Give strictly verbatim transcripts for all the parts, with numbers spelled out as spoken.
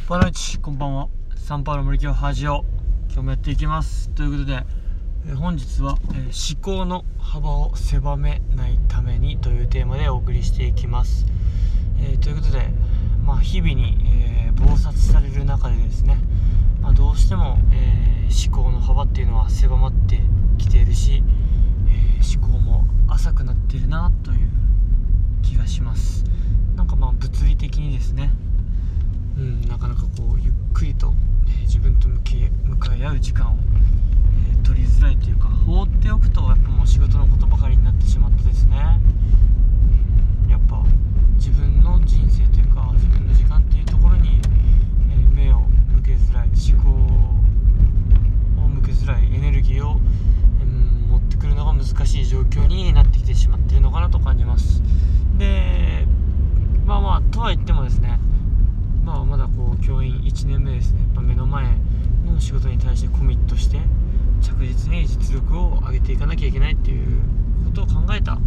ボナイチ、こんばんは。サンパウロ森清ハジオ、今日もやっていきます。ということで、えー、本日は、えー、思考の幅を狭めないためにというテーマでお送りしていきます。えー、ということで、まあ、日々に、えー、忙殺される中でですね、まあ、どうしても、えー、思考の幅っていうのは狭まってきているし、えー、思考も浅くなっているなという気がします。なんかまあ物理的にですね、うん、なかなかこうゆっくりと、えー、自分と向き向かい合う時間を、えー、取りづらいというか、放っておくとやっぱもう仕事のことばかりになってしまってですね、うん、やっぱ自分の人生というか自分の時間っていうところに、えー、目を向けづらい、思考を向けづらい、エネルギーを、うん、持ってくるのが難しい状況になってきてしまっているのかなと感じます。で、まあまあとは言ってもですね、まあ、まだこう教員いちねんめですね。やっぱ目の前の仕事に対してコミットして着実に実力を上げていかなきゃいけないっていうことを考えた、うん、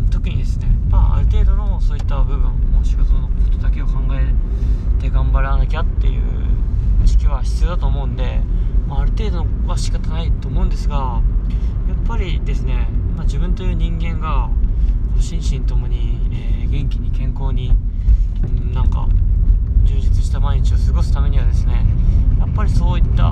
時にですね、まあ、ある程度のそういった部分、もう仕事のことだけを考えて頑張らなきゃっていう意識は必要だと思うんで、まあ、ある程度は仕方ないと思うんですが、やっぱりですね、まあ、自分という人間が心身ともに、えー、元気に健康に、うん、なんか充実した毎日を過ごすためにはですね、やっぱりそういった、うん、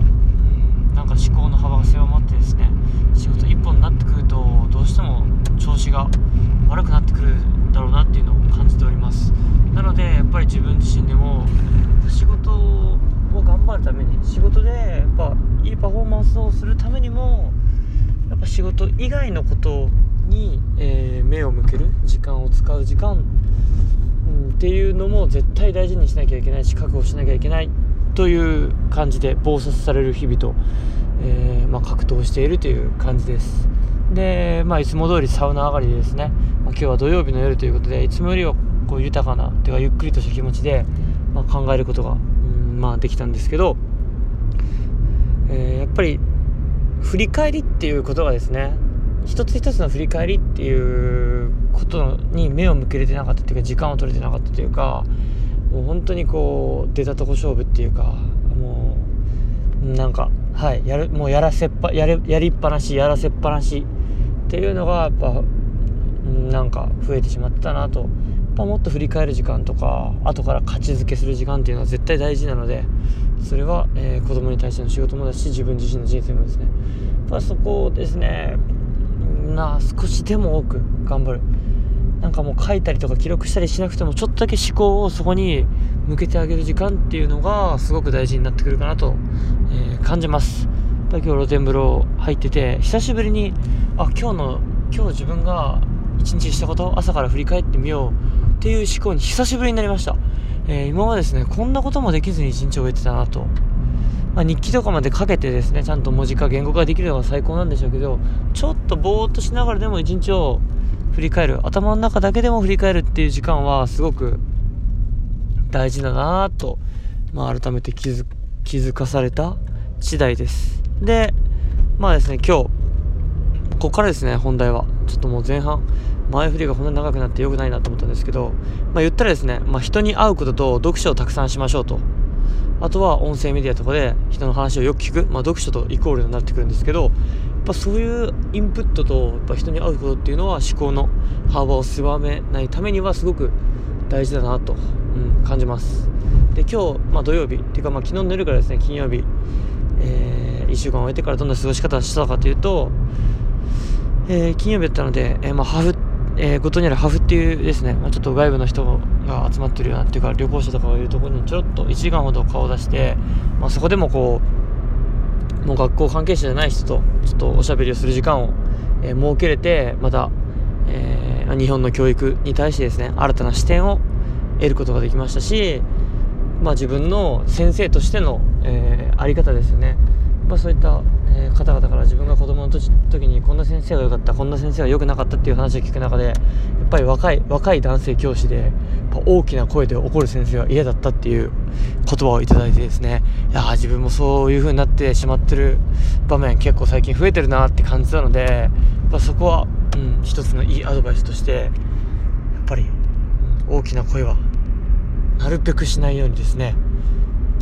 なんか思考の幅が狭まってですね、仕事一本になってくるとどうしても調子が悪くなってくるだろうなっていうのを感じております。なのでやっぱり自分自身でも仕事を頑張るために、仕事でやっぱいいパフォーマンスをするためにも、やっぱ仕事以外のことに、えー、目を向ける時間を使う時間、うん、っていうのも絶対大事にしなきゃいけないし、覚悟しなきゃいけないという感じで忙殺される日々と、えーまあ、格闘しているという感じです。で、まあ、いつも通りサウナ上がりでですね、まあ、今日は土曜日の夜ということで、いつもよりはこう豊かなというかゆっくりとした気持ちで、まあ、考えることが、うんまあ、できたんですけど、えー、やっぱり振り返りっていうことがですね、一つ一つの振り返りっていうことに目を向けれてなかったというか、時間を取れてなかったというか、もう本当にこう出たとこ勝負っていうか、もうなんかはいやるもうやらせっぱやれやりっぱなしやらせっぱなしっていうのがやっぱなんか増えてしまったなと。やっぱもっと振り返る時間とか、後から価値づけする時間っていうのは絶対大事なので、それは、えー、子供に対しての仕事もだし、自分自身の人生もですね、やっぱそこをですね、な少しでも多く頑張る。なんかもう書いたりとか記録したりしなくても、ちょっとだけ思考をそこに向けてあげる時間っていうのがすごく大事になってくるかなと、えー、感じます。やっぱり今日露天風呂入ってて、久しぶりにあ今日の今日自分が一日したこと、朝から振り返ってみようっていう思考に久しぶりになりました。えー、今までですね、こんなこともできずに一日を終えてたなと。まあ、日記とかまで書けてですね、ちゃんと文字化言語化できるのが最高なんでしょうけど、ちょっとぼーっとしながらでも一日を振り返る、頭の中だけでも振り返るっていう時間はすごく大事だなと、まあ、改めて気づ、気づかされた次第です。でまあですね、今日ここからですね、本題はちょっともう前半前振りがこんなに長くなって良くないなと思ったんですけど、まあ、言ったらですね、まあ、人に会うことと読書をたくさんしましょうと、あとは音声メディアとかで人の話をよく聞く、まあ、読書とイコールになってくるんですけど、やっぱそういうインプットとやっぱ人に会うことっていうのは思考の幅を狭めないためにはすごく大事だなと、うん、感じます。で今日、まあ、土曜日っていうか、まあ、昨日の夜からですね、金曜日、えー、いっしゅうかんを終えてからどんな過ごし方をしたかというと、えー、金曜日だったので、えーまあ、ハフえー、ごとにあるハフっていうですね、まあ、ちょっと外部の人が集まってるようなっていうか、旅行者とかがいるところにちょろっといちじかんほど顔を出して、まあ、そこでもこうもう学校関係者じゃない人とちょっとおしゃべりをする時間を、えー、設けれて、また、えー、日本の教育に対してですね、新たな視点を得ることができましたし、まあ、自分の先生としての、えー、あり方ですよね。まあ、そういった、えー、方々から自分が子供の時にこんな先生が良かった、こんな先生が良くなかったっていう話を聞く中で、やっぱり若い若い男性教師でやっぱ大きな声で怒る先生は嫌だったっていう言葉をいただいてですね、いや自分もそういう風になってしまってる場面結構最近増えてるなって感じたので、やっぱそこは、うん、一つのいいアドバイスとして、やっぱり、うん、大きな声はなるべくしないようにですね、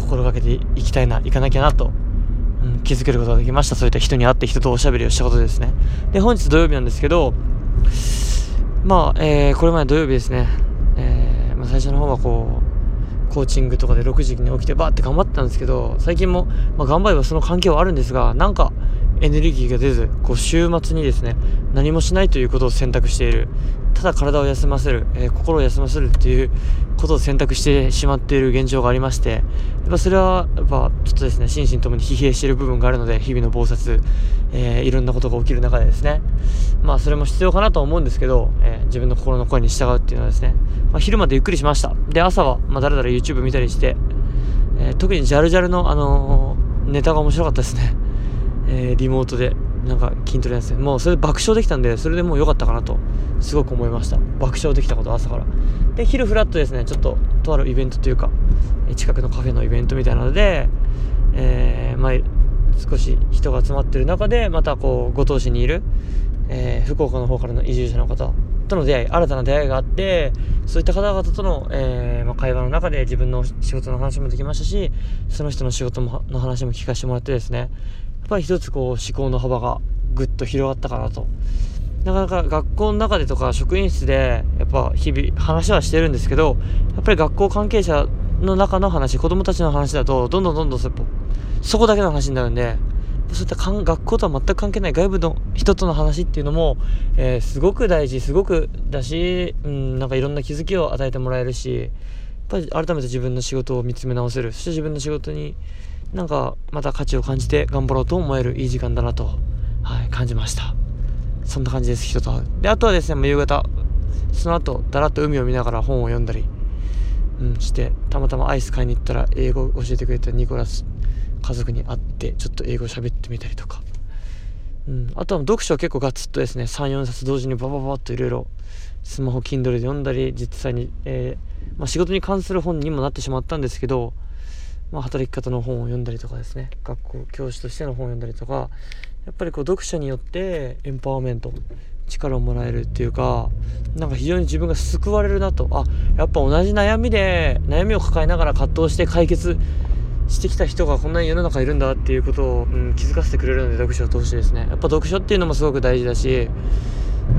心がけていきたいな、いかなきゃなと、うん、気づけることができました。そういった人に会って人とおしゃべりをしたことですね。で、本日土曜日なんですけど、まあ、えー、これまで土曜日ですね、えーまあ、最初の方はこうコーチングとかでろくじに起きてバーって頑張ってたんですけど、最近も、まあ、頑張ればその関係はあるんですが、なんかエネルギーが出ず、こう週末にですね、何もしないということを選択している、ただ体を休ませる、えー、心を休ませるっていうことを選択してしまっている現状がありまして、やっぱそれはやっぱちょっとですね、心身ともに疲弊している部分があるので、日々の忙殺、えー、いろんなことが起きる中でですね、まあそれも必要かなと思うんですけど、えー、自分の心の声に従うっていうのはですね、まあ、昼までゆっくりしました。で、朝はまあだらだら YouTube 見たりして、えー、特にジャルジャルのあのー、ネタが面白かったですね。えー、リモートでなんか筋トレなんですね。もうそれで爆笑できたんで、それでもう良かったかなとすごく思いました。爆笑できたこと、朝からで、昼フラットですね、ちょっととあるイベントというか近くのカフェのイベントみたいなので、えー、まあ少し人が集まってる中で、またこう五島市にいる、えー、福岡の方からの移住者の方との出会い、新たな出会いがあって、そういった方々との、えーまあ、会話の中で自分の仕事の話もできましたし、その人の仕事もの話も聞かせてもらってですね、やっぱり一つこう思考の幅がぐっと広がったかなと。なかなか学校の中でとか職員室でやっぱ日々話はしてるんですけど、やっぱり学校関係者の中の話、子供たちの話だとどんどんどんどんそこだけの話になるんで、そういったかん学校とは全く関係ない外部の人との話っていうのも、えー、すごく大事、すごくだし、うん、なんかいろんな気づきを与えてもらえるし、やっぱり改めて自分の仕事を見つめ直せる、そして自分の仕事になんかまた価値を感じて頑張ろうと思えるいい時間だなと、はい、感じました。そんな感じです。人と会う。で、あとはですね、もう夕方その後だらっと海を見ながら本を読んだり、うん、して、たまたまアイス買いに行ったら英語を教えてくれたニコラス家族に会ってちょっと英語喋ってみたりとか、うん、あとは読書は結構ガツッとですね、 さん,よん 冊同時にバババッといろいろスマホ Kindle で読んだり、実際に、えーまあ、仕事に関する本にもなってしまったんですけど、まあ、働き方の本を読んだりとかですね、学校教師としての本を読んだりとか、やっぱりこう読書によってエンパワーメント、力をもらえるっていうか、なんか非常に自分が救われるなと。あ、やっぱ同じ悩みで悩みを抱えながら葛藤して解決してきた人がこんなに世の中いるんだっていうことを、うん、気づかせてくれるので、読書を通してですね、やっぱ読書っていうのもすごく大事だし、うん、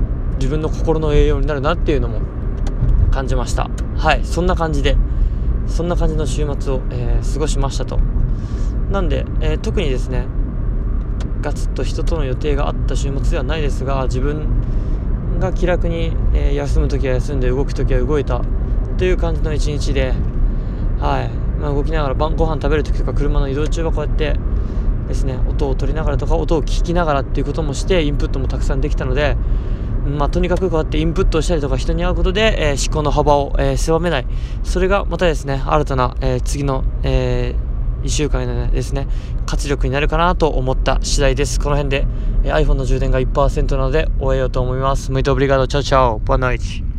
自分の心の栄養になるなっていうのも感じました。はい、そんな感じでそんな感じの週末を、えー、過ごしましたと。なんで、えー、特にですねガツッと人との予定があった週末ではないですが、自分が気楽に、えー、休むときは休んで動くときは動いたという感じの一日で、はい、まあ、動きながら晩ご飯食べるときとか車の移動中はこうやってですね、音を取りながらとか音を聞きながらっていうこともして、インプットもたくさんできたので、まあ、とにかくこうやってインプットをしたりとか人に会うことで、えー、思考の幅を、えー、狭めない、それがまたですね、新たな、えー、次の、えーいっしゅうかんのですね、活力になるかなと思った次第です。この辺で、えー、iPhone の充電が いちパーセント なので終えようと思います。Muito obrigado. Tchau, tchau. Boa noite.